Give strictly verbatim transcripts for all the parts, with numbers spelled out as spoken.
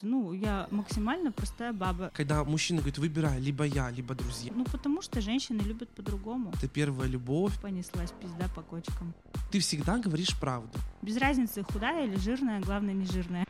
Ну, я максимально простая баба. Когда мужчина говорит, выбирай, либо я, либо друзья. Ну, потому что женщины любят по-другому. Это первая любовь. Понеслась пизда по кочкам. Ты всегда говоришь правду. Без разницы, худая или жирная, главное, не жирная.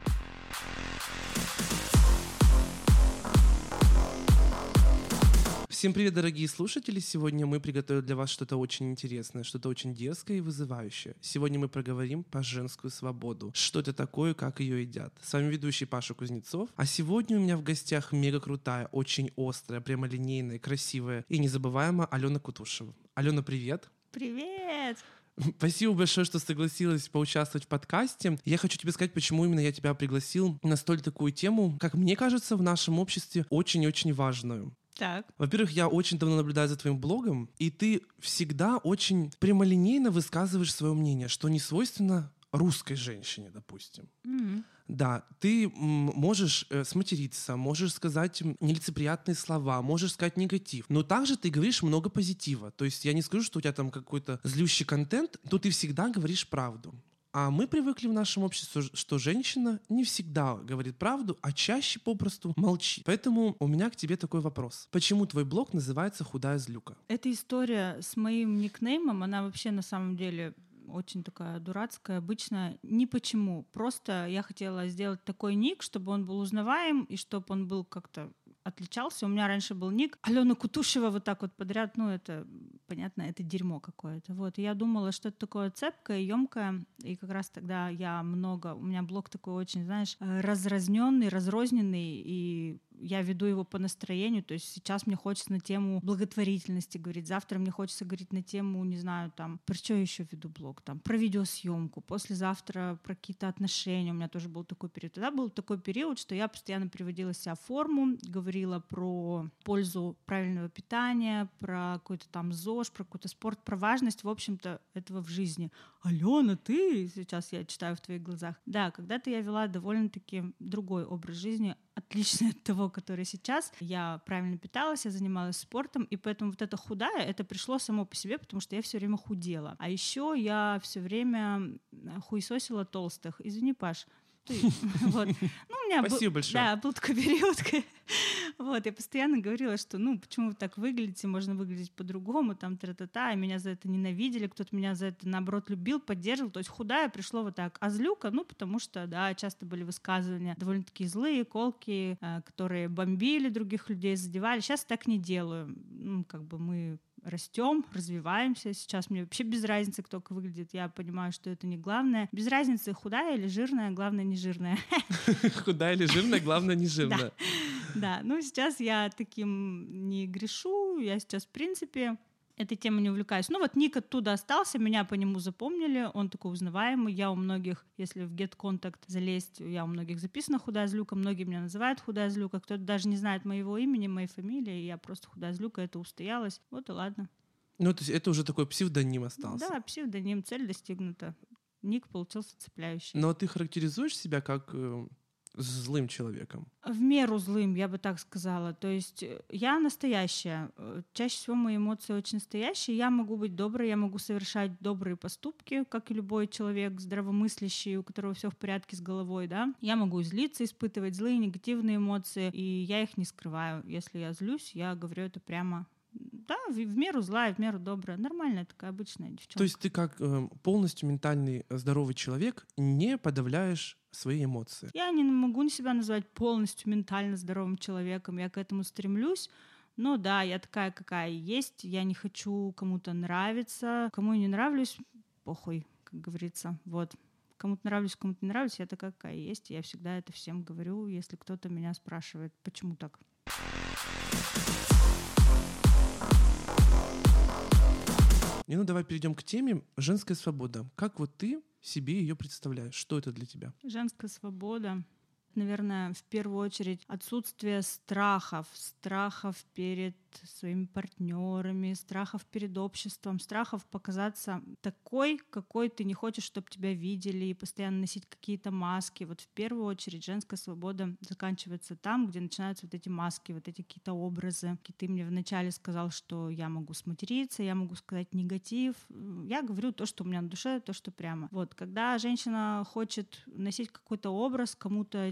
Всем привет, дорогие слушатели! Сегодня мы приготовили для вас что-то очень интересное, что-то очень дерзкое и вызывающее. Сегодня мы проговорим про женскую свободу. Что это такое, как ее едят. С вами ведущий Паша Кузнецов. А сегодня у меня в гостях мега крутая, очень острая, прямолинейная, красивая и незабываемая Алена Кутушева. Алена, привет! Привет! Спасибо большое, что согласилась поучаствовать в подкасте. Я хочу тебе сказать, почему именно я тебя пригласил на столь такую тему, как мне кажется, в нашем обществе очень-очень важную. Так. Во-первых, я очень давно наблюдаю за твоим блогом, и ты всегда очень прямолинейно высказываешь свое мнение, что не свойственно русской женщине, допустим. Mm-hmm. Да, ты м, можешь э, сматериться, можешь сказать нелицеприятные слова, можешь сказать негатив, но также ты говоришь много позитива. То есть я не скажу, что у тебя там какой-то злющий контент, но ты всегда говоришь правду. А мы привыкли в нашем обществе, что женщина не всегда говорит правду, а чаще попросту молчит. Поэтому у меня к тебе такой вопрос. Почему твой блог называется «Худая злюка»? Эта история с моим никнеймом, она вообще на самом деле очень такая дурацкая, обычная. Ни почему. Просто я хотела сделать такой ник, чтобы он был узнаваем и чтобы он был как-то отличался. У меня раньше был ник Алена Кутушева вот так вот подряд. Ну, это, понятно, это дерьмо какое-то. Вот. И я думала, что это такое цепкое, емкое. И как раз тогда я много... У меня блог такой очень, знаешь, разразненный, разрозненный. И я веду его по настроению. То есть сейчас мне хочется на тему благотворительности говорить. Завтра мне хочется говорить на тему, не знаю, там... Про что я еще веду блог? Там, про видеосъемку. Послезавтра про какие-то отношения. У меня тоже был такой период. Тогда был такой период, что я постоянно приводила себя в форму, говорила про пользу правильного питания, про какой-то там ЗОЖ, про какой-то спорт, про важность, в общем-то, этого в жизни. Алена, ты, сейчас я читаю в твоих глазах. Да, когда-то я вела довольно-таки другой образ жизни, отличный от того, который сейчас. Я правильно питалась, я занималась спортом, и поэтому вот это худая, это пришло само по себе, потому что я все время худела. А еще я все время хуесосила толстых. Извини, Паш, ты, вот. Ну, у меня Спасибо был, большое. Да, был такой период. Вот, я постоянно говорила, что, ну, почему вы так выглядите, можно выглядеть по-другому, там, тра-та-та, и меня за это ненавидели, кто-то меня за это, наоборот, любил, поддерживал, то есть худая пришло вот так. А злюка, ну, потому что, да, часто были высказывания довольно-таки злые, колкие, которые бомбили других людей, задевали. Сейчас так не делаю. Ну, как бы мы растем, развиваемся. Сейчас мне вообще без разницы, кто как выглядит. Я понимаю, что это не главное. Без разницы, худая или жирная, главное, не жирная. Худая или жирная, главное, не жирная. Да, ну сейчас я таким не грешу. Я сейчас, в принципе, этой темой не увлекаюсь. Ну вот ник оттуда остался, меня по нему запомнили, он такой узнаваемый. Я у многих, если в GetContact залезть, я у многих записана «Худая злюка», многие меня называют «Худая злюка», кто-то даже не знает моего имени, моей фамилии, я просто «Худая злюка», это устоялось. Вот и ладно. Ну, то есть это уже такой псевдоним остался. Да, псевдоним, цель достигнута. Ник получился цепляющий. Но ты характеризуешь себя как э, злым человеком? В меру злым, я бы так сказала. То есть я настоящая. Чаще всего мои эмоции очень настоящие. Я могу быть доброй, я могу совершать добрые поступки, как и любой человек здравомыслящий, у которого все в порядке с головой, да. Я могу злиться, испытывать злые, негативные эмоции, и я их не скрываю. Если я злюсь, я говорю это прямо. Да, в, в меру злая, в меру добрая. Нормальная такая обычная девчонка. То есть ты как э, полностью ментальный здоровый человек не подавляешь свои эмоции? Я не могу себя назвать полностью ментально здоровым человеком. Я к этому стремлюсь. Но да, я такая, какая есть. Я не хочу кому-то нравиться. Кому я не нравлюсь, похуй, как говорится. Вот. Кому-то нравлюсь, кому-то не нравлюсь. Я такая, какая есть. Я всегда это всем говорю, если кто-то меня спрашивает, почему так. И ну давай перейдем к теме «Женская свобода». Как вот ты себе ее представляешь? Что это для тебя? Женская свобода. Наверное, в первую очередь отсутствие страхов, страхов перед своими партнерами, страхов перед обществом, страхов показаться такой, какой ты не хочешь, чтобы тебя видели, и постоянно носить какие-то маски. Вот в первую очередь женская свобода заканчивается там, где начинаются вот эти маски, вот эти какие-то образы. И ты мне вначале сказал, что я могу сматериться, я могу сказать негатив. Я говорю то, что у меня на душе, то, что прямо. Вот, когда женщина хочет носить какой-то образ, кому-то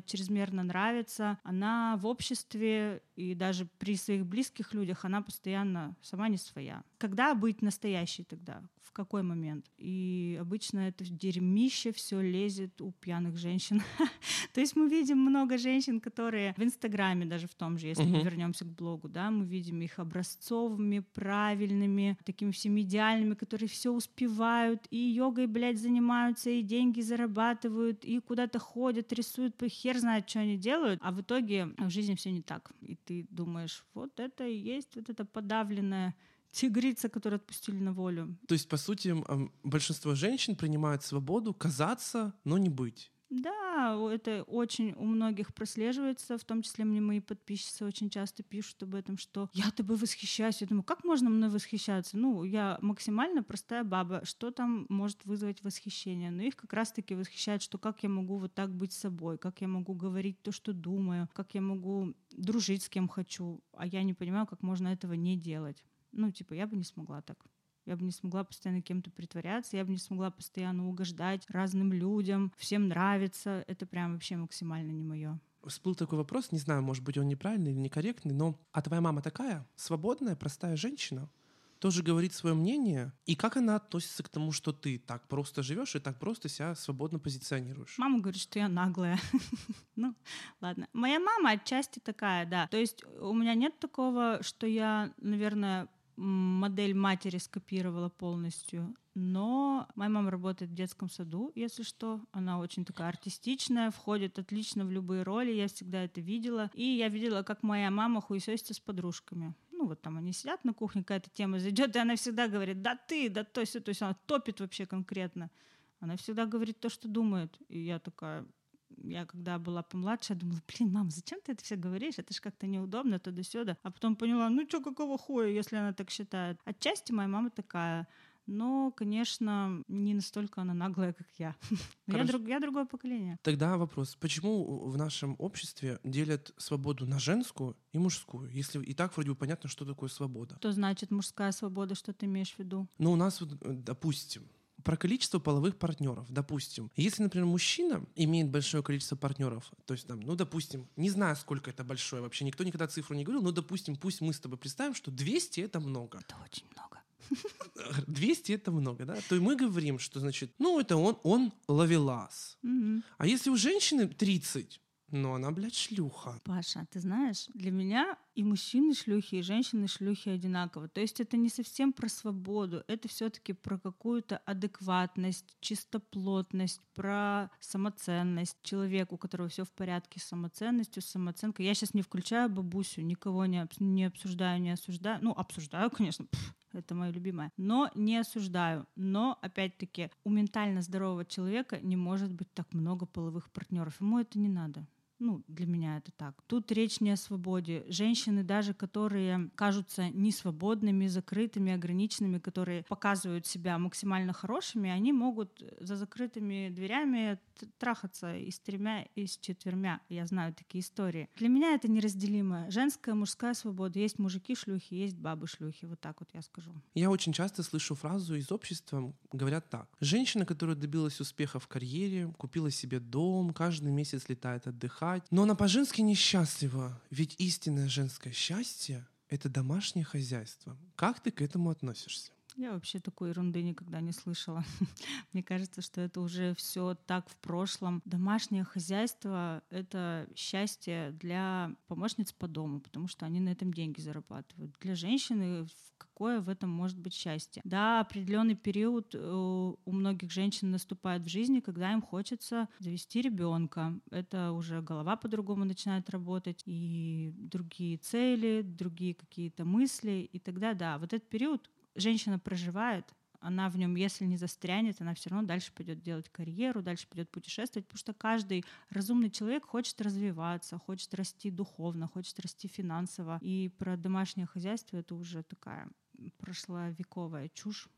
чрезмерно нравится, она в обществе и даже при своих близких людях, она постоянно сама не своя. Когда быть настоящей тогда? В какой момент? И обычно это дерьмище все лезет у пьяных женщин. То есть мы видим много женщин, которые в Инстаграме даже в том же, если мы вернемся к блогу, да, мы видим их образцовыми, правильными, такими всеми идеальными, которые все успевают, и йогой, блядь, занимаются, и деньги зарабатывают, и куда-то ходят, рисуют, хер знает, что они делают, а в итоге в жизни все не так. И ты думаешь, вот это и есть вот это подавленное тигрица, которую отпустили на волю. То есть, по сути, большинство женщин принимают свободу казаться, но не быть. Да, это очень у многих прослеживается, в том числе мне мои подписчицы очень часто пишут об этом, что я тобой восхищаюсь. Я думаю, как можно мной восхищаться? Ну, я максимально простая баба, что там может вызвать восхищение? Но их как раз-таки восхищает, что как я могу вот так быть собой, как я могу говорить то, что думаю, как я могу дружить с кем хочу, а я не понимаю, как можно этого не делать. Ну, типа, я бы не смогла так. Я бы не смогла постоянно кем-то притворяться, я бы не смогла постоянно угождать разным людям, всем нравится. Это прям вообще максимально не мое. Всплыл такой вопрос, не знаю, может быть, он неправильный или некорректный, но а твоя мама такая свободная, простая женщина, тоже говорит свое мнение, и как она относится к тому, что ты так просто живешь и так просто себя свободно позиционируешь? Мама говорит, что я наглая. Ну, ладно. Моя мама отчасти такая, да. То есть у меня нет такого, что я, наверное, модель матери скопировала полностью, но моя мама работает в детском саду, если что. Она очень такая артистичная, входит отлично в любые роли, я всегда это видела. И я видела, как моя мама хуесосится с подружками. Ну вот там они сидят на кухне, какая-то тема зайдет, и она всегда говорит, да ты, да то есть, то есть она топит вообще конкретно. Она всегда говорит то, что думает. И я такая... Я когда была помладше, я думала, блин, мам, зачем ты это все говоришь? Это же как-то неудобно, туда-сюда. А потом поняла, ну что, какого хуя, если она так считает? Отчасти моя мама такая. Но, конечно, не настолько она наглая, как я. я, друг, я другое поколение. Тогда вопрос, почему в нашем обществе делят свободу на женскую и мужскую, если и так вроде бы понятно, что такое свобода? Что значит мужская свобода, что ты имеешь в виду? Ну, у нас, вот, допустим, про количество половых партнеров, допустим. Если, например, мужчина имеет большое количество партнеров, то есть, там, ну, допустим, не знаю, сколько это большое, вообще никто никогда цифру не говорил, но, допустим, пусть мы с тобой представим, что двести — это много. Это очень много. двести — это много, да? То и мы говорим, что, значит, ну, это он, он ловелас. Mm-hmm. А если у женщины тридцать, ну, она, блядь, шлюха. Паша, ты знаешь, для меня и мужчины шлюхи, и женщины шлюхи одинаково. То есть это не совсем про свободу, это все-таки про какую-то адекватность, чистоплотность, про самоценность. Человек, у которого все в порядке с самоценностью, с самооценкой. Я сейчас не включаю бабусю, никого не, обс- не обсуждаю, не осуждаю. Ну, обсуждаю, конечно, пф, это мое любимое. Но не осуждаю. Но, опять-таки, у ментально здорового человека не может быть так много половых партнеров. Ему это не надо. Ну, для меня это так. Тут речь не о свободе. Женщины даже, которые кажутся несвободными, закрытыми, ограниченными, которые показывают себя максимально хорошими, они могут за закрытыми дверями трахаться и с тремя, и с четвермя. Я знаю такие истории. Для меня это неразделимо. Женская, мужская свобода. Есть мужики-шлюхи, есть бабы-шлюхи. Вот так вот я скажу. Я очень часто слышу фразу из общества, говорят так. Женщина, которая добилась успеха в карьере, купила себе дом, каждый месяц летает отдыхать, но она по-женски несчастлива, ведь истинное женское счастье — это домашнее хозяйство. Как ты к этому относишься? Я вообще такой ерунды никогда не слышала. Мне кажется, что это уже все так в прошлом. Домашнее хозяйство — это счастье для помощниц по дому, потому что они на этом деньги зарабатывают. Для женщины какое в этом может быть счастье? Да, определенный период у многих женщин наступает в жизни, когда им хочется завести ребенка. Это уже голова по-другому начинает работать, и другие цели, другие какие-то мысли. И тогда, да, вот этот период женщина проживает, она в нем, если не застрянет, она все равно дальше пойдет делать карьеру, дальше пойдет путешествовать, потому что каждый разумный человек хочет развиваться, хочет расти духовно, хочет расти финансово. И про домашнее хозяйство это уже такая прошловековая чушь.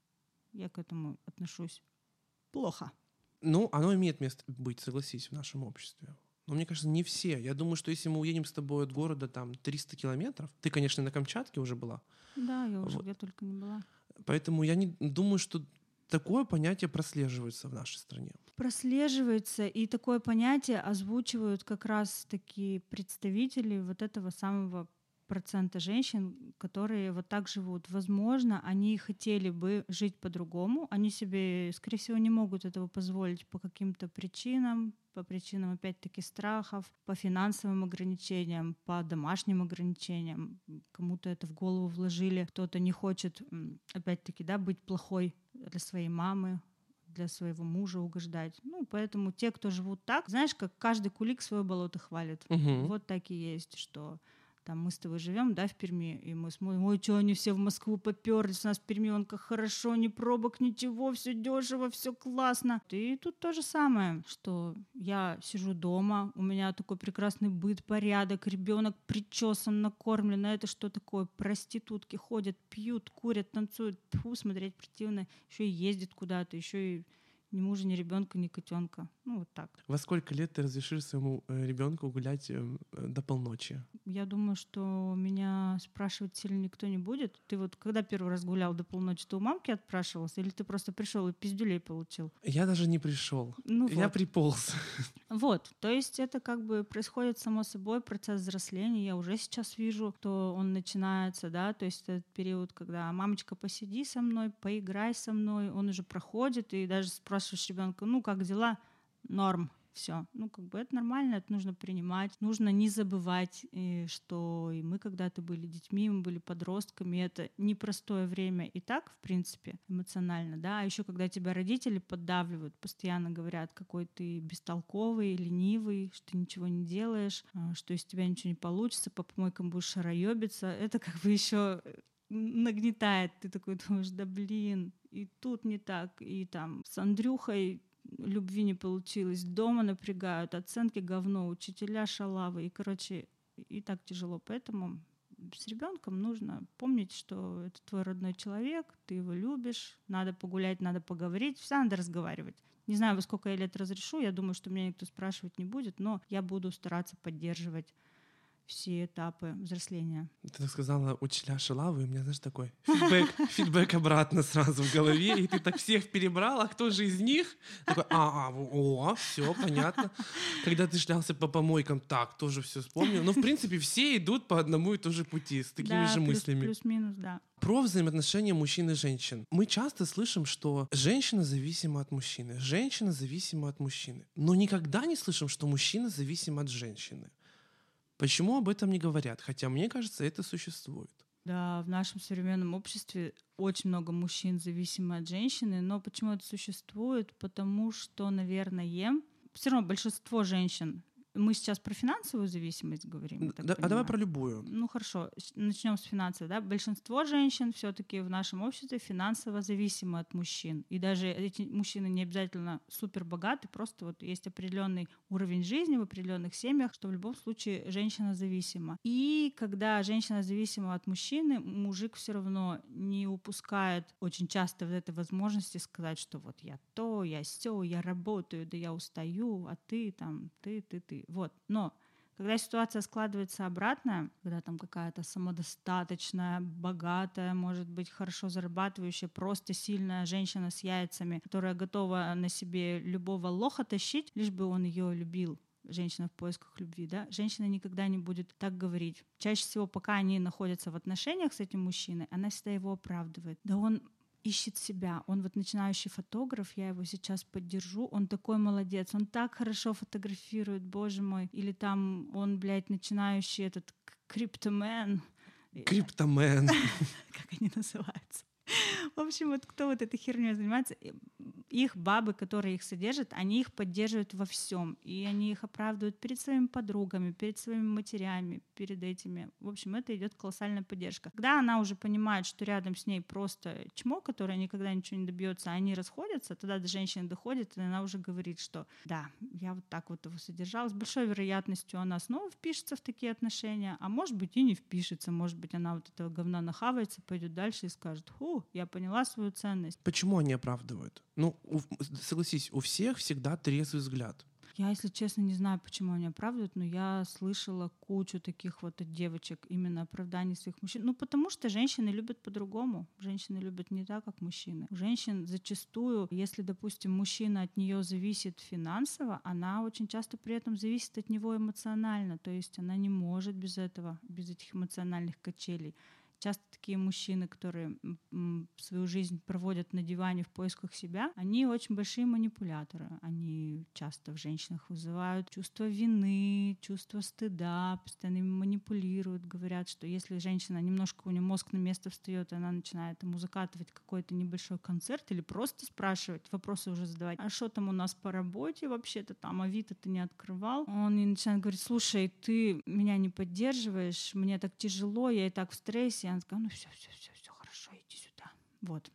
Я к этому отношусь плохо. Ну, оно имеет место быть, согласись, в нашем обществе. Но мне кажется, не все. Я думаю, что если мы уедем с тобой от города там триста километров, ты, конечно, на Камчатке уже была. Да, я уже Вот. где только не была. Поэтому я не думаю, что такое понятие прослеживается в нашей стране. Прослеживается, и такое понятие озвучивают как раз такие представители вот этого самого процента женщин, которые вот так живут. Возможно, они хотели бы жить по-другому, они себе, скорее всего, не могут этого позволить по каким-то причинам, по причинам, опять-таки, страхов, по финансовым ограничениям, по домашним ограничениям. Кому-то это в голову вложили, кто-то не хочет, опять-таки, да, быть плохой для своей мамы, для своего мужа угождать. Ну, поэтому те, кто живут так, знаешь, как каждый кулик свое болото хвалит. Угу. Вот так и есть, что там мы с тобой живем, да, в Перми, и мы смотрим, ой, что они все в Москву поперлись, у нас в Перми, он как хорошо, ни пробок, ничего, все дешево, все классно. И тут то же самое, что я сижу дома, у меня такой прекрасный быт, порядок, ребенок причесан, накормлен, а это что такое? Проститутки ходят, пьют, курят, танцуют, фу, смотреть противно, еще и ездят куда-то, еще и ни мужа, ни ребенка, ни котенка. Ну, вот так. Во сколько лет ты разрешишь своему э, ребенку гулять э, до полночи? Я думаю, что меня спрашивать сильно никто не будет. Ты вот когда первый раз гулял до полночи, ты у мамки отпрашивался, или ты просто пришел и пиздюлей получил? Я даже не пришел. Ну Я вот. приполз. Вот, то есть это как бы происходит само собой процесс взросления. Я уже сейчас вижу, что он начинается, да, то есть этот период, когда мамочка, посиди со мной, поиграй со мной, он уже проходит, и даже спрашиваешь ребенка, ну как дела? Норм. Все. Ну, как бы это нормально, это нужно принимать. Нужно не забывать, и что и мы когда-то были детьми, мы были подростками. Это непростое время и так, в принципе, эмоционально, да. А еще когда тебя родители поддавливают, постоянно говорят, какой ты бестолковый, ленивый, что ты ничего не делаешь, что из тебя ничего не получится, по помойкам будешь шароебиться. Это как бы еще нагнетает. Ты такой думаешь, да блин, и тут не так, и там с Андрюхой любви не получилось, дома напрягают, оценки говно, учителя шалавы, и, короче, и так тяжело. Поэтому с ребенком нужно помнить, что это твой родной человек, ты его любишь, надо погулять, надо поговорить, всегда надо разговаривать. Не знаю, во сколько я лет разрешу, я думаю, что меня никто спрашивать не будет, но я буду стараться поддерживать все этапы взросления. Ты так сказала учителя шалавы, и у меня, знаешь, такой фидбэк, фидбэк обратно сразу в голове, и ты так всех перебрал, а кто же из них? Такой, а, а, о, все, понятно. Когда ты шлялся по помойкам, так, тоже все вспомнил. Но, в принципе, все идут по одному и тому же пути, с такими да, же плюс, мыслями. Плюс-минус, да. Про взаимоотношения мужчин и женщин. Мы часто слышим, что женщина зависима от мужчины, женщина зависима от мужчины. Но никогда не слышим, что мужчина зависим от женщины. Почему об этом не говорят? Хотя, мне кажется, это существует. Да, в нашем современном обществе очень много мужчин зависимы от женщины, но почему это существует? Потому что, наверное, все равно большинство женщин. Мы сейчас про финансовую зависимость говорим. Да, а давай про любую. Ну хорошо, начнем с финансовой. Да? Большинство женщин все-таки в нашем обществе финансово зависимы от мужчин. И даже эти мужчины не обязательно супер богаты, просто вот есть определенный уровень жизни в определенных семьях, что в любом случае женщина зависима. И когда женщина зависима от мужчины, мужик все равно не упускает очень часто вот этой возможности сказать, что вот я то, я сё, я работаю, да я устаю, а ты там, ты, ты, ты. Вот. Но когда ситуация складывается обратно, когда там какая-то самодостаточная, богатая, может быть, хорошо зарабатывающая, просто сильная женщина с яйцами, которая готова на себе любого лоха тащить, лишь бы он ее любил, женщина в поисках любви, да, женщина никогда не будет так говорить. Чаще всего, пока они находятся в отношениях с этим мужчиной, она всегда его оправдывает. Да он ищет себя. Он вот начинающий фотограф, я его сейчас поддержу, он такой молодец, он так хорошо фотографирует, боже мой. Или там он, блядь, начинающий этот криптомен. Криптомен. Как они называются? В общем, вот кто вот этой херней занимается, их бабы, которые их содержат, они их поддерживают во всем. И они их оправдывают перед своими подругами, перед своими матерями, перед этими. В общем, это идет колоссальная поддержка. Когда она уже понимает, что рядом с ней просто чмо, которое никогда ничего не добьется, а они расходятся, тогда до женщины доходит, и она уже говорит, что да, я вот так вот его содержала. С большой вероятностью она снова впишется в такие отношения, а может быть и не впишется. Может быть, она вот этого говна нахавается, пойдет дальше и скажет: фу, я поняла свою ценность. Почему они оправдывают? Ну, у, согласись, у всех всегда трезвый взгляд. Я, если честно, не знаю, почему они оправдывают, но я слышала кучу таких вот от девочек именно оправданий своих мужчин. Ну, потому что женщины любят по-другому. Женщины любят не так, как мужчины. У женщин зачастую, если, допустим, мужчина от нее зависит финансово, она очень часто при этом зависит от него эмоционально. То есть она не может без этого, без этих эмоциональных качелей. Часто такие мужчины, которые свою жизнь проводят на диване в поисках себя, они очень большие манипуляторы. Они часто в женщинах вызывают чувство вины, чувство стыда, постоянно ими манипулируют, говорят, что если женщина немножко, у нее мозг на место встает, и она начинает ему закатывать какой-то небольшой концерт или просто спрашивать, вопросы уже задавать, а что там у нас по работе вообще-то там, Авито ты не открывал? Он ей начинает говорить, слушай, ты меня не поддерживаешь, мне так тяжело, я и так в стрессе. И она такая, ну все, все, все, все хорошо, иди сюда. Вот.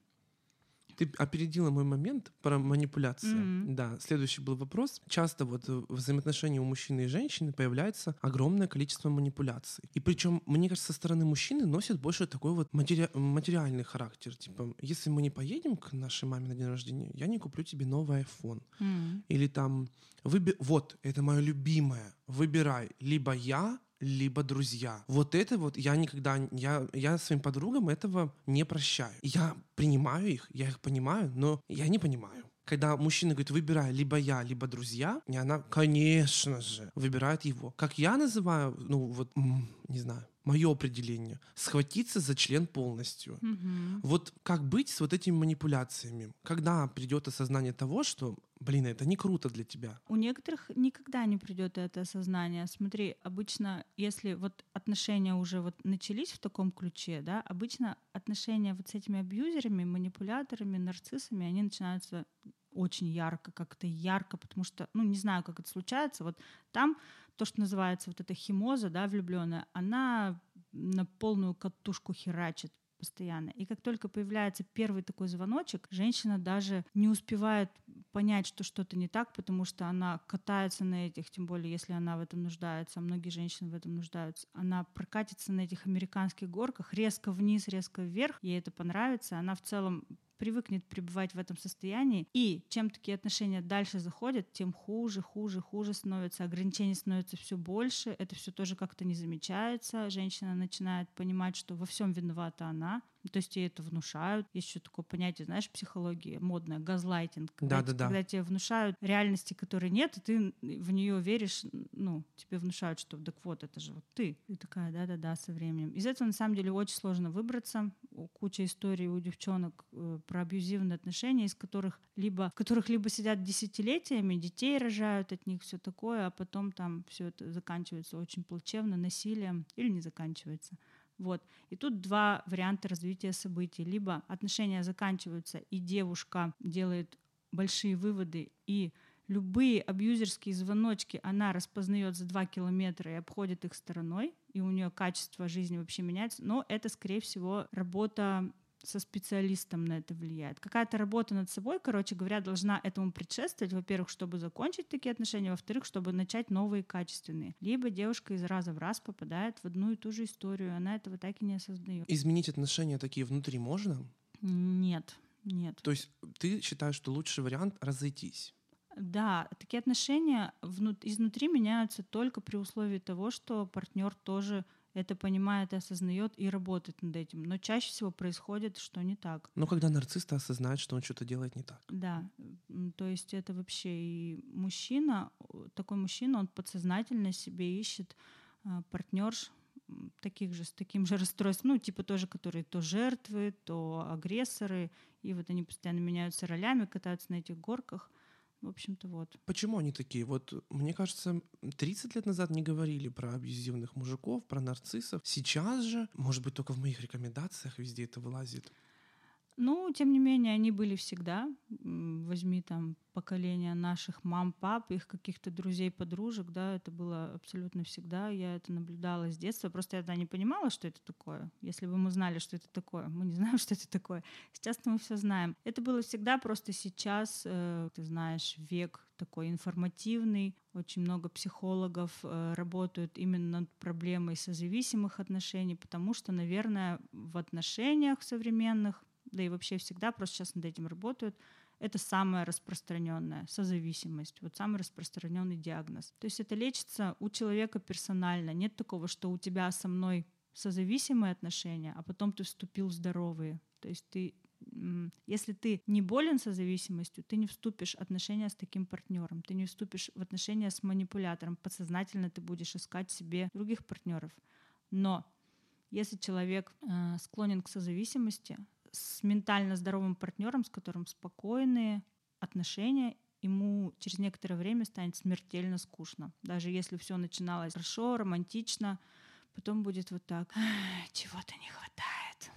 Ты опередила мой момент про манипуляции. Mm-hmm. Да, следующий был вопрос. Часто вот в взаимоотношении у мужчины и женщины появляется огромное количество манипуляций. И причем, мне кажется, со стороны мужчины носит больше такой вот матери... материальный характер. Типа, если мы не поедем к нашей маме на день рождения, я не куплю тебе новый айфон. Mm-hmm. Или там, выби... вот, это мое любимое, выбирай, либо я, либо друзья. Вот это вот я никогда, я, я своим подругам этого не прощаю. Я принимаю их, я их понимаю, но я не понимаю. Когда мужчина говорит, выбирай либо я, либо друзья, и она, конечно же, выбирает его. Как я называю, ну вот, не знаю, мое определение, схватиться за член полностью. Mm-hmm. Вот как быть с вот этими манипуляциями? Когда придет осознание того, что, блин, это не круто для тебя? У некоторых никогда не придет это осознание. Смотри, обычно, если вот отношения уже вот начались в таком ключе, да, обычно отношения вот с этими абьюзерами, манипуляторами, нарциссами, они начинаются очень ярко, как-то ярко, потому что, ну, не знаю, как это случается, вот там то, что называется вот эта химоза, да, влюбленная, она на полную катушку херачит постоянно. И как только появляется первый такой звоночек, женщина даже не успевает понять, что что-то не так, потому что она катается на этих, тем более, если она в этом нуждается, а многие женщины в этом нуждаются, она прокатится на этих американских горках резко вниз, резко вверх, ей это понравится, она в целом привыкнет пребывать в этом состоянии. И чем такие отношения дальше заходят, тем хуже, хуже, хуже становится. Ограничений становится все больше. Это все тоже как-то не замечается. Женщина начинает понимать, что во всем виновата она. То есть ей это внушают. Есть еще такое понятие, знаешь, психологии модное, газлайтинг. Когда, да, да, когда да. тебе внушают реальности, которой нет, и ты в нее веришь, ну, тебе внушают, что так вот, это же вот ты. И такая, да-да-да, со временем. Из этого, на самом деле, очень сложно выбраться. Куча историй у девчонок про абьюзивные отношения, из которых либо, в которых либо сидят десятилетиями, детей рожают от них, все такое, а потом там все это заканчивается очень плачевно, насилием или не заканчивается. Вот. И тут два варианта развития событий. Либо отношения заканчиваются, и девушка делает большие выводы, и любые абьюзерские звоночки она распознает за два километра и обходит их стороной, и у нее качество жизни вообще меняется. Но это, скорее всего, работа со специалистом на это влияет. Какая-то работа над собой, короче говоря, должна этому предшествовать, во-первых, чтобы закончить такие отношения, во-вторых, чтобы начать новые качественные. Либо девушка из раза в раз попадает в одну и ту же историю, она этого так и не осознает. Изменить отношения такие внутри можно? Нет, нет. То есть ты считаешь, что лучший вариант — разойтись? Да, такие отношения изнутри меняются только при условии того, что партнер тоже это понимает и осознает и работает над этим. Но чаще всего происходит, что не так. Но когда нарцисс осознает, что он что-то делает не так. Да, то есть это вообще и мужчина, такой мужчина, он подсознательно себе ищет партнерш таких же, с таким же расстройством, ну, типа тоже, которые то жертвы, то агрессоры, и вот они постоянно меняются ролями, катаются на этих горках. В общем-то, вот. Почему они такие? Вот, мне кажется, тридцать лет назад не говорили про абьюзивных мужиков, про нарциссов. Сейчас же, может быть, только в моих рекомендациях везде это вылазит. Ну, тем не менее, они были всегда. Возьми там поколение наших мам, пап, их каких-то друзей, подружек, да, это было абсолютно всегда. Я это наблюдала с детства. Просто я тогда не понимала, что это такое. Если бы мы знали, что это такое, мы не знаем, что это такое. Сейчас-то мы все знаем. Это было всегда, просто сейчас, э, ты знаешь, век такой информативный. Очень много психологов э, работают именно над проблемой созависимых отношений, потому что, наверное, в отношениях современных, да и вообще всегда, просто сейчас над этим работают, Это самая распространенная созависимость, вот самый распространенный диагноз. То есть это лечится у человека персонально. Нет такого, что у тебя со мной созависимые отношения, а потом ты вступил в здоровые. То есть ты, если ты не болен созависимостью, ты не вступишь в отношения с таким партнером, ты не вступишь в отношения с манипулятором. Подсознательно ты будешь искать себе других партнеров. Но если человек э, склонен к созависимости, с ментально здоровым партнером, с которым спокойные отношения, ему через некоторое время станет смертельно скучно. Даже если все начиналось хорошо, романтично, потом будет вот так: чего-то не хватает.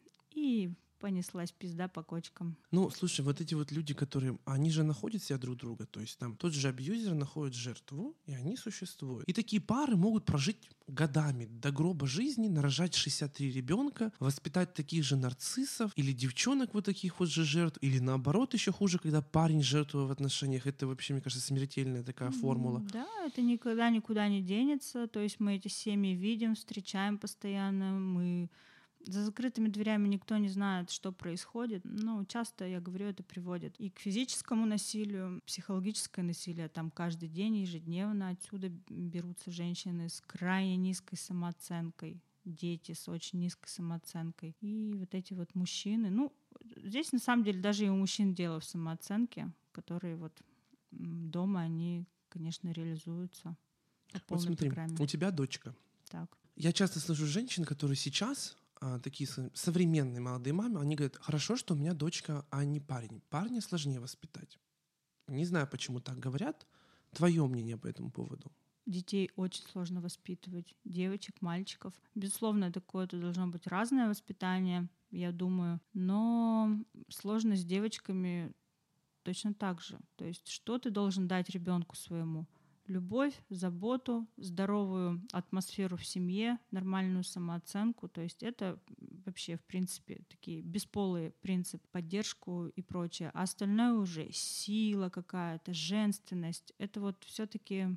И понеслась пизда по кочкам. Ну, слушай, вот эти вот люди, которые, они же находят себя друг друга, то есть там тот же абьюзер находит жертву, и они существуют. И такие пары могут прожить годами до гроба жизни, нарожать шестьдесят три ребенка, воспитать таких же нарциссов или девчонок вот таких вот же жертв, или наоборот еще хуже, когда парень жертва в отношениях. Это вообще, мне кажется, смертельная такая формула. Да, это никогда никуда не денется. То есть мы эти семьи видим, встречаем постоянно, мы за закрытыми дверями никто не знает, что происходит. Но часто, я говорю, это приводит и к физическому насилию, психологическое насилие. Там каждый день, ежедневно отсюда берутся женщины с крайне низкой самооценкой, дети с очень низкой самооценкой. И вот эти вот мужчины. Ну, здесь на самом деле даже и у мужчин дело в самооценке, которые вот дома, они, конечно, реализуются по полной Вот смотри, программе. У тебя дочка. Так. Я часто слышу женщин, которые сейчас а, такие современные молодые мамы, они говорят: хорошо, что у меня дочка, а не парень. Парня сложнее воспитать. Не знаю, почему так говорят. Твое мнение по этому поводу? Детей очень сложно воспитывать. Девочек, мальчиков. Безусловно, такое-то должно быть разное воспитание, я думаю. Но сложность с девочками точно так же. То есть что ты должен дать ребенку своему? Любовь, заботу, здоровую атмосферу в семье, нормальную самооценку. То есть это вообще, в принципе, такие бесполые принципы, поддержку и прочее. А остальное уже сила какая-то, женственность. Это вот все-таки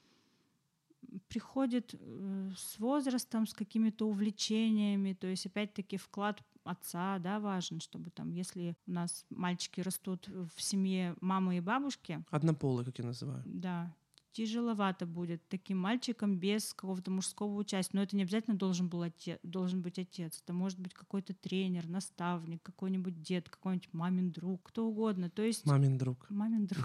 приходит с возрастом, с какими-то увлечениями. То есть опять-таки вклад отца, да, важен, чтобы там, если у нас мальчики растут в семье мамы и бабушки. Однополые, как я называю. Да. Тяжеловато будет таким мальчикам без какого-то мужского участия. Но это не обязательно должен, был отец, должен быть отец. Это может быть какой-то тренер, наставник, какой-нибудь дед, какой-нибудь мамин друг, кто угодно. То есть... Мамин друг. Мамин друг.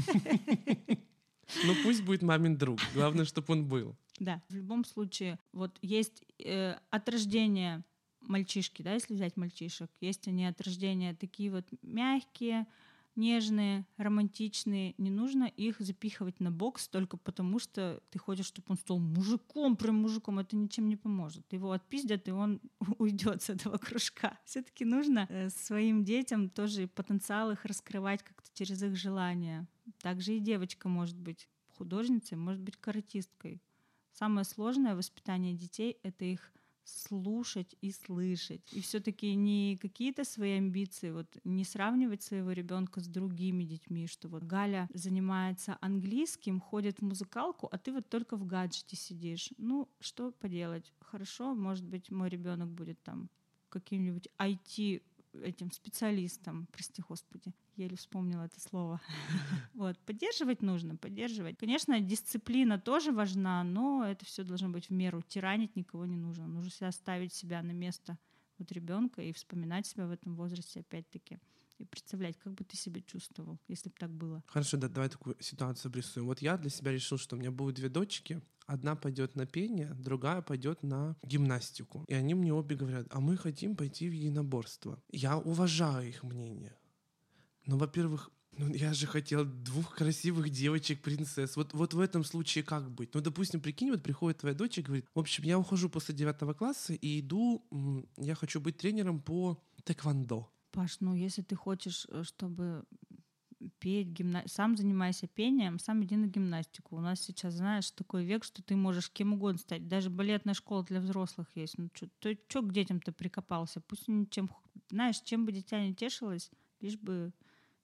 Ну пусть будет мамин друг. Главное, чтобы он был. Да. В любом случае, вот есть э, от рождения мальчишки, да, если взять мальчишек, есть они от рождения такие вот мягкие, нежные, романтичные. Не нужно их запихивать на бокс только потому, что ты хочешь, чтобы он стал мужиком, прям мужиком. Это ничем не поможет. Его отпиздят, и он уйдет с этого кружка. Все-таки нужно своим детям тоже потенциал их раскрывать как-то через их желания. Также и девочка может быть художницей, может быть каратисткой. Самое сложное в воспитании детей — это их слушать и слышать. И все-таки не какие-то свои амбиции, вот не сравнивать своего ребенка с другими детьми, что вот Галя занимается английским, ходит в музыкалку, а ты вот только в гаджете сидишь. Ну, что поделать? Хорошо, может быть, мой ребенок будет там каким-нибудь ай ти этим специалистом, прости господи, еле вспомнила это слово. Вот, поддерживать нужно, поддерживать. Конечно, дисциплина тоже важна, но это все должно быть в меру. Тиранить никого не нужно. Нужно всегда ставить себя на место вот ребенка и вспоминать себя в этом возрасте опять-таки. И представлять, как бы ты себя чувствовал, если бы так было. Хорошо, да, давай такую ситуацию обрисуем. Вот я для себя решил, что у меня будет две дочки. Одна пойдет на пение, другая пойдет на гимнастику. И они мне обе говорят: а мы хотим пойти в единоборство. Я уважаю их мнение. Но, во-первых, ну, я же хотел двух красивых девочек-принцесс. Вот, вот в этом случае как быть? Ну, допустим, прикинь, вот приходит твоя дочь и говорит: в общем, я ухожу после девятого класса и иду, я хочу быть тренером по тэквондо. Паш, ну если ты хочешь, чтобы петь, гимна... сам занимайся пением, сам иди на гимнастику. У нас сейчас, знаешь, такой век, что ты можешь кем угодно стать. Даже балетная школа для взрослых есть. Ну что к детям-то прикопался? Пусть они чем... Знаешь, чем бы дитя не тешилось, лишь бы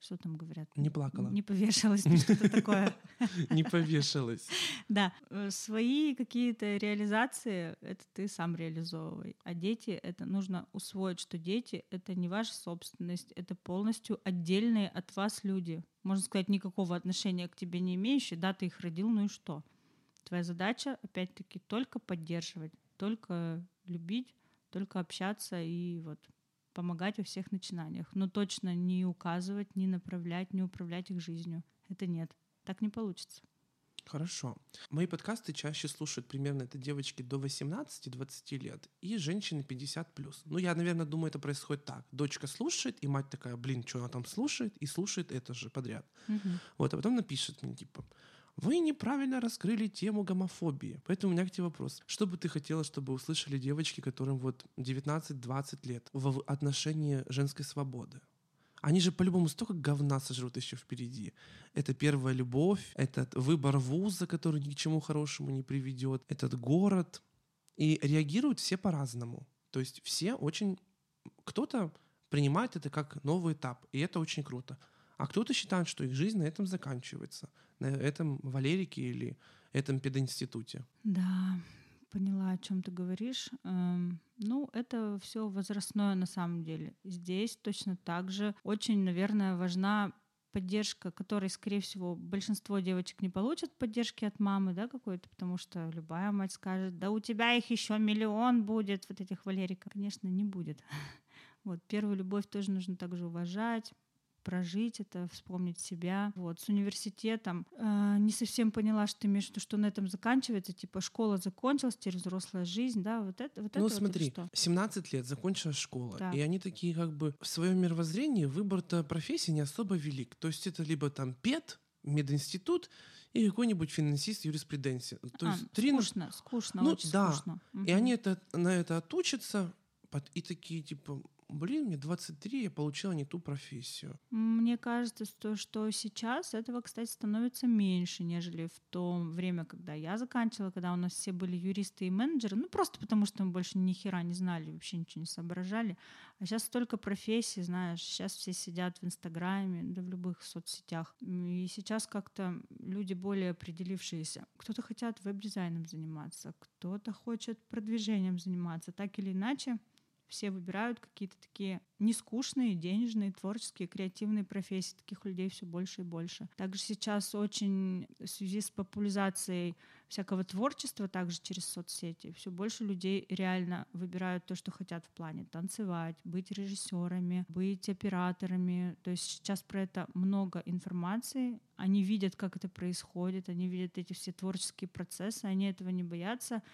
что там говорят? Не плакала. Не повешалась, ну, что-то такое. Не повешалась. Да, свои какие-то реализации — это ты сам реализовывай. А дети — это нужно усвоить, что дети — это не ваша собственность, это полностью отдельные от вас люди. Можно сказать, никакого отношения к тебе не имеющие. Да, ты их родил, ну и что? Твоя задача, опять-таки, только поддерживать, только любить, только общаться и вот помогать во всех начинаниях. Но точно не указывать, не направлять, не управлять их жизнью. Это нет. Так не получится. Хорошо. Мои подкасты чаще слушают примерно это девочки до восемнадцати-двадцати лет и женщины пятьдесят плюс. Ну, я, наверное, думаю, это происходит так. Дочка слушает, и мать такая, блин, что она там слушает, и слушает это же подряд. Угу. Вот, а потом напишет мне, типа, вы неправильно раскрыли тему гомофобии. Поэтому у меня к тебе вопрос. Что бы ты хотела, чтобы услышали девочки, которым вот девятнадцать-двадцать лет в отношении женской свободы? Они же по-любому столько говна сожрут еще впереди. Это первая любовь, этот выбор вуза, который ни к чему хорошему не приведет, этот город. И реагируют все по-разному. То есть все очень... Кто-то принимает это как новый этап, и это очень круто. А кто-то считает, что их жизнь на этом заканчивается. На этом Валерике или этом пединституте. Да, поняла, о чем ты говоришь. Эм, ну, это все возрастное на самом деле. Здесь точно так же очень, наверное, важна поддержка, которой, скорее всего, большинство девочек не получат поддержки от мамы, да, какой-то, потому что любая мать скажет, да у тебя их еще миллион будет, вот этих Валериков. Конечно, не будет. Вот, первую любовь тоже нужно также уважать, прожить это, вспомнить себя. Вот. С университетом э, не совсем поняла, что ты имеешь в виду, что на этом заканчивается. Типа школа закончилась, теперь взрослая жизнь, да, вот это вот Ну это смотри, вот семнадцать лет, закончилась школа, да. И они такие как бы в своем мировоззрении выбор-то профессии не особо велик. То есть это либо там пед, мединститут и какой-нибудь финансист юриспруденции. То а, есть три... скучно, скучно, ну, очень да. скучно. И угу. они это, на это отучатся, и такие типа... Блин, мне двадцать три, я получила не ту профессию. Мне кажется, что, что сейчас этого, кстати, становится меньше, нежели в то время, когда я заканчивала, когда у нас все были юристы и менеджеры, ну просто потому, что мы больше ни хера не знали, вообще ничего не соображали. А сейчас столько профессий, знаешь, сейчас все сидят в Инстаграме, да в любых соцсетях. И сейчас как-то люди более определившиеся. Кто-то хотят веб-дизайном заниматься, кто-то хочет продвижением заниматься, так или иначе. Все выбирают какие-то такие нескучные, денежные, творческие, креативные профессии. Таких людей все больше и больше. Также сейчас очень в связи с популяризацией всякого творчества, также через соцсети, все больше людей реально выбирают то, что хотят в плане танцевать, быть режиссерами, быть операторами. То есть сейчас про это много информации. Они видят, как это происходит, они видят эти все творческие процессы, они этого не боятся.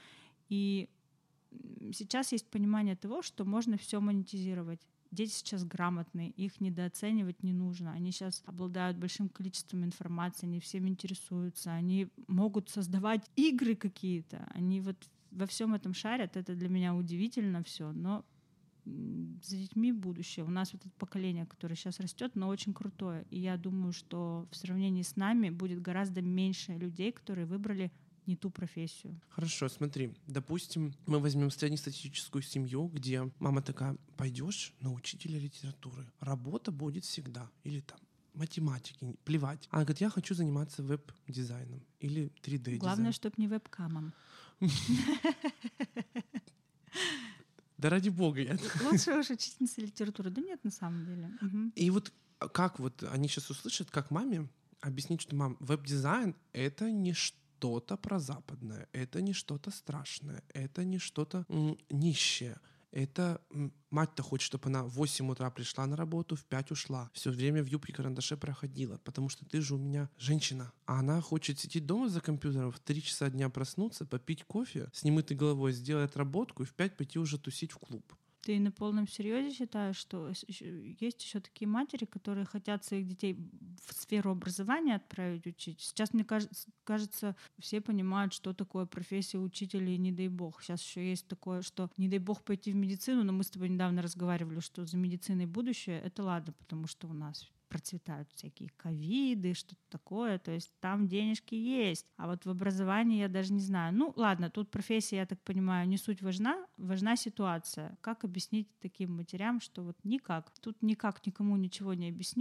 И сейчас есть понимание того, что можно все монетизировать. Дети сейчас грамотные, их недооценивать не нужно. Они сейчас обладают большим количеством информации, они всем интересуются, они могут создавать игры какие-то. Они вот во всем этом шарят. Это для меня удивительно все, но за детьми будущее. У нас вот это поколение, которое сейчас растет, но очень крутое. И я думаю, что в сравнении с нами будет гораздо меньше людей, которые выбрали не ту профессию. Хорошо, смотри, допустим, мы возьмем среднестатистическую семью, где мама такая, пойдешь на учителя литературы, работа будет всегда, или там математики, плевать. Она говорит, я хочу заниматься веб-дизайном или три дэ-дизайном. Главное, чтобы не вебкамом. Да ради бога. Я... Лучше уж учительница литературы. Да нет, на самом деле. Угу. И вот как вот они сейчас услышат, как маме объяснить, что, мам, веб-дизайн — это не что-то прозападное, это не что-то страшное, это не что-то м, нищее. Это м, мать-то хочет, чтобы она в восемь утра пришла на работу, в пять ушла. Все время в юбке-карандаше проходила, потому что ты же у меня женщина. А она хочет сидеть дома за компьютером, в три часа дня проснуться, попить кофе, с немытой головой сделать отработку и в пять пойти уже тусить в клуб. Ты на полном серьезе считаешь, что есть еще такие матери, которые хотят своих детей в сферу образования отправить учить? Сейчас, мне кажется, кажется, все понимают, что такое профессия учителя, и не дай бог. Сейчас еще есть такое, что не дай бог пойти в медицину, но мы с тобой недавно разговаривали, что за медициной будущее — это ладно, потому что у нас процветают всякие ковиды, что-то такое, то есть там денежки есть. А вот в образовании я даже не знаю. Ну, ладно, тут профессия, я так понимаю, не суть важна, важна ситуация. Как объяснить таким матерям, что вот никак, тут никак никому ничего не объяснить,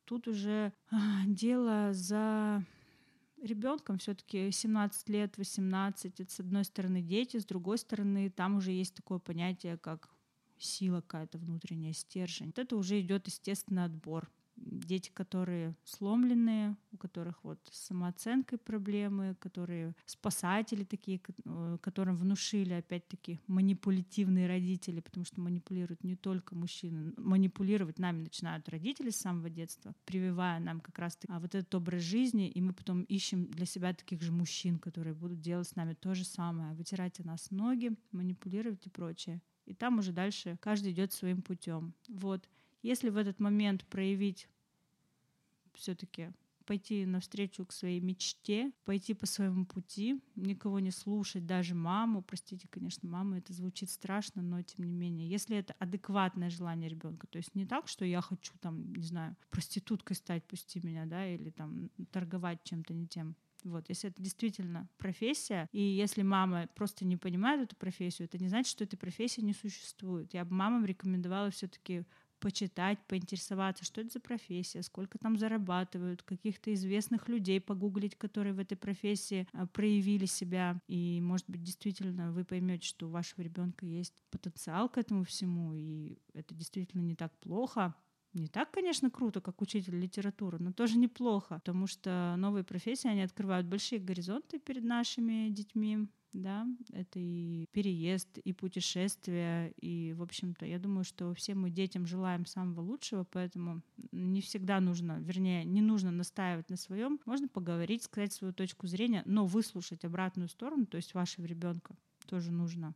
тут уже а, дело за ребенком. Все-таки семнадцать лет, восемнадцать, это с одной стороны дети, с другой стороны там уже есть такое понятие, как сила какая-то внутренняя, стержень. Вот это уже идет естественный отбор. Дети, которые сломленные, у которых вот с самооценкой проблемы, которые спасатели такие, которым внушили, опять-таки, манипулятивные родители, потому что манипулируют не только мужчины, манипулировать нами начинают родители с самого детства, прививая нам как раз-таки вот этот образ жизни, и мы потом ищем для себя таких же мужчин, которые будут делать с нами то же самое, вытирать о нас ноги, манипулировать и прочее. И там уже дальше каждый идет своим путем. Вот. Если в этот момент проявить все-таки пойти навстречу к своей мечте, пойти по своему пути, никого не слушать, даже маму, простите, конечно, мама, это звучит страшно, но тем не менее, если это адекватное желание ребенка, то есть не так, что я хочу там, не знаю, проституткой стать, пусти меня, да, или там торговать чем-то не тем. Вот, если это действительно профессия, и если мама просто не понимает эту профессию, это не значит, что эта профессия не существует. Я бы мамам рекомендовала все-таки почитать, поинтересоваться, что это за профессия, сколько там зарабатывают, каких-то известных людей погуглить, которые в этой профессии проявили себя. И, может быть, действительно вы поймете, что у вашего ребенка есть потенциал к этому всему, и это действительно не так плохо. Не так, конечно, круто, как учитель литературы, но тоже неплохо, потому что новые профессии, они открывают большие горизонты перед нашими детьми, да, это и переезд, и путешествия, и, в общем-то, я думаю, что всем мы детям желаем самого лучшего, поэтому не всегда нужно, вернее, не нужно настаивать на своем, можно поговорить, сказать свою точку зрения, но выслушать обратную сторону, то есть вашего ребенка, тоже нужно.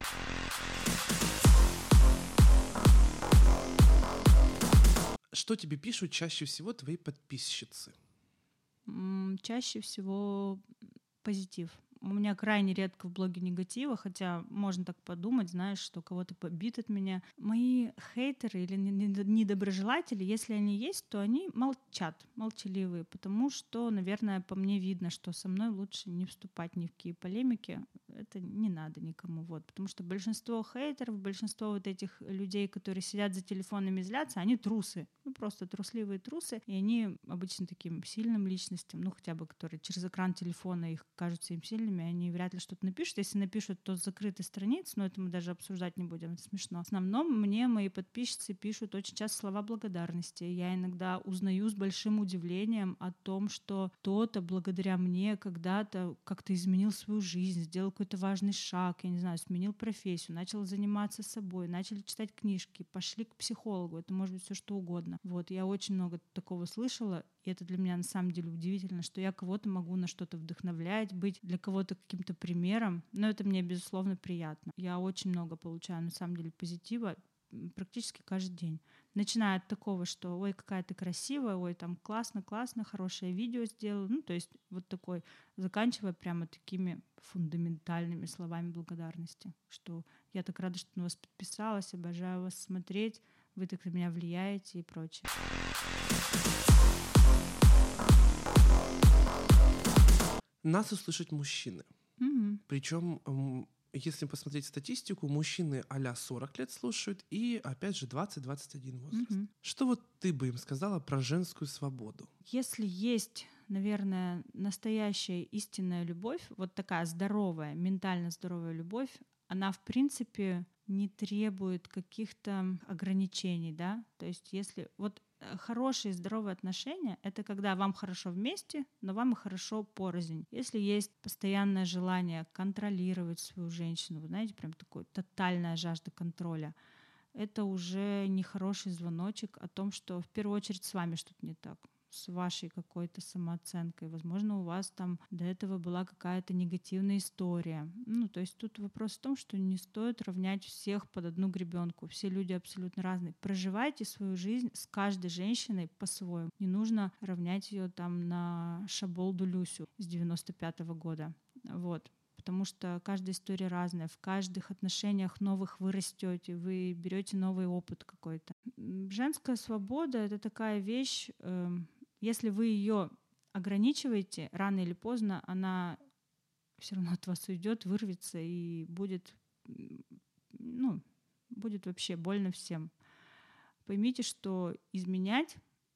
Что тебе пишут чаще всего твои подписчицы? Чаще всего позитив. У меня крайне редко в блоге негатива, хотя можно так подумать, знаешь, что кого-то побит от меня. Мои хейтеры или недоброжелатели, если они есть, то они молчат, молчаливые, потому что, наверное, по мне видно, что со мной лучше не вступать ни в какие полемики. Это не надо никому, вот, потому что большинство хейтеров, большинство вот этих людей, которые сидят за телефонами и злятся, они трусы, ну просто трусливые трусы, и они обычно таким сильным личностям, ну хотя бы, которые через экран телефона их кажутся им сильными, они вряд ли что-то напишут. Если напишут, то с закрытой страницы, но это мы даже обсуждать не будем, это смешно. В основном мне мои подписчицы пишут очень часто слова благодарности. Я иногда узнаю с большим удивлением о том, что кто-то благодаря мне когда-то как-то изменил свою жизнь, сделал какой-то важный шаг, я не знаю, сменил профессию, начал заниматься собой, начали читать книжки, пошли к психологу, это может быть все что угодно. Вот, я очень много такого слышала, и это для меня на самом деле удивительно, что я кого-то могу на что-то вдохновлять, быть для кого-то каким-то примером, но это мне, безусловно, приятно. Я очень много получаю, на самом деле, позитива практически каждый день. Начиная от такого, что ой, какая ты красивая, ой, там классно, классно, хорошее видео сделала, ну, то есть вот такой, заканчивая прямо такими фундаментальными словами благодарности, что я так рада, что на вас подписалась, обожаю вас смотреть, вы так на меня влияете и прочее. Нас услышат мужчины. Mm-hmm. Причем, если посмотреть статистику, мужчины а-ля сорок лет слушают и, опять же, двадцать-двадцать один возраст. Mm-hmm. Что вот ты бы им сказала про женскую свободу? Если есть, наверное, настоящая истинная любовь, вот такая здоровая, ментально здоровая любовь, она, в принципе, не требует каких-то ограничений, да, то есть если вот хорошие здоровые отношения — это когда вам хорошо вместе, но вам и хорошо порознь. Если есть постоянное желание контролировать свою женщину, вы знаете, прям такое тотальная жажда контроля, это уже нехороший звоночек о том, что в первую очередь с вами что-то не так, с вашей какой-то самооценкой. Возможно, у вас там до этого была какая-то негативная история. Ну, то есть тут вопрос в том, что не стоит равнять всех под одну гребенку. Все люди абсолютно разные. Проживайте свою жизнь с каждой женщиной по-своему. Не нужно равнять ее там на Шаболду Люсю с девяносто пятого года. Вот. Потому что каждая история разная. В каждых отношениях новых вы растете, вы берете новый опыт какой-то. Женская свобода — это такая вещь, э, если вы ее ограничиваете, рано или поздно она все равно от вас уйдет, вырвется и будет, ну, будет вообще больно всем. Поймите, что изменять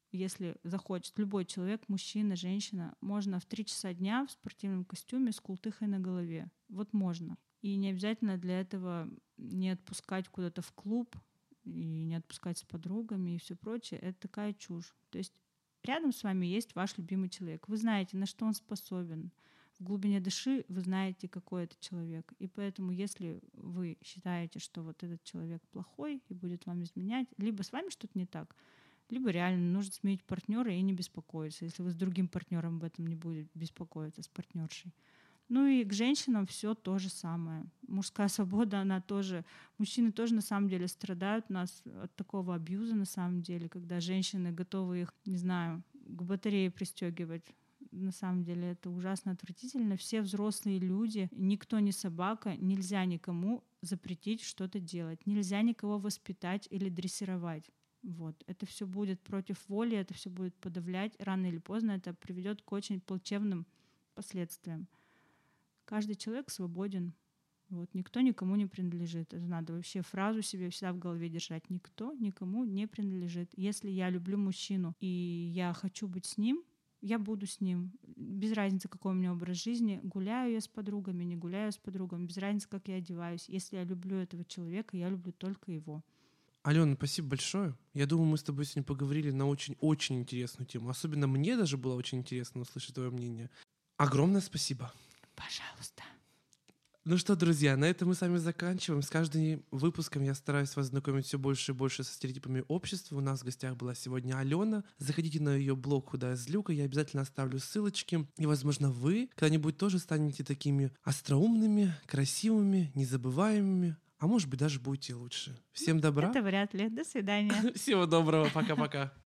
если захочет любой человек, мужчина, женщина, можно в три часа дня в спортивном костюме с култыхой на голове. Вот можно. И не обязательно для этого не отпускать куда-то в клуб и не отпускать с подругами и все прочее. Это такая чушь. То есть рядом с вами есть ваш любимый человек. Вы знаете, на что он способен. В глубине души вы знаете, какой это человек. И поэтому, если вы считаете, что вот этот человек плохой и будет вам изменять, либо с вами что-то не так, либо реально нужно сменить партнера и не беспокоиться, если вы с другим партнером об этом не будете беспокоиться, с партнершей. Ну и к женщинам все то же самое. Мужская свобода, она тоже... Мужчины тоже на самом деле страдают у нас от такого абьюза на самом деле, когда женщины готовы их, не знаю, к батарее пристегивать. На самом деле это ужасно отвратительно. Все взрослые люди, никто не собака, нельзя никому запретить что-то делать, нельзя никого воспитать или дрессировать. Вот. Это все будет против воли, это все будет подавлять. Рано или поздно это приведет к очень плачевным последствиям. Каждый человек свободен. Вот. Никто никому не принадлежит. Это надо вообще фразу себе всегда в голове держать. Никто никому не принадлежит. Если я люблю мужчину и я хочу быть с ним, я буду с ним. Без разницы, какой у меня образ жизни. Гуляю я с подругами, не гуляю с подругами. Без разницы, как я одеваюсь. Если я люблю этого человека, я люблю только его. Алена, спасибо большое. Я думаю, мы с тобой сегодня поговорили на очень-очень интересную тему. Особенно мне даже было очень интересно услышать твое мнение. Огромное спасибо. Пожалуйста. Ну что, друзья, на этом мы с вами заканчиваем. С каждым выпуском я стараюсь вас знакомить все больше и больше со стереотипами общества. У нас в гостях была сегодня Алена. Заходите на ее блог «Худая злюка», я обязательно оставлю ссылочки. И, возможно, вы когда-нибудь тоже станете такими остроумными, красивыми, незабываемыми, а может быть, даже будете лучше. Всем добра. Это вряд ли. До свидания. Всего доброго. Пока-пока.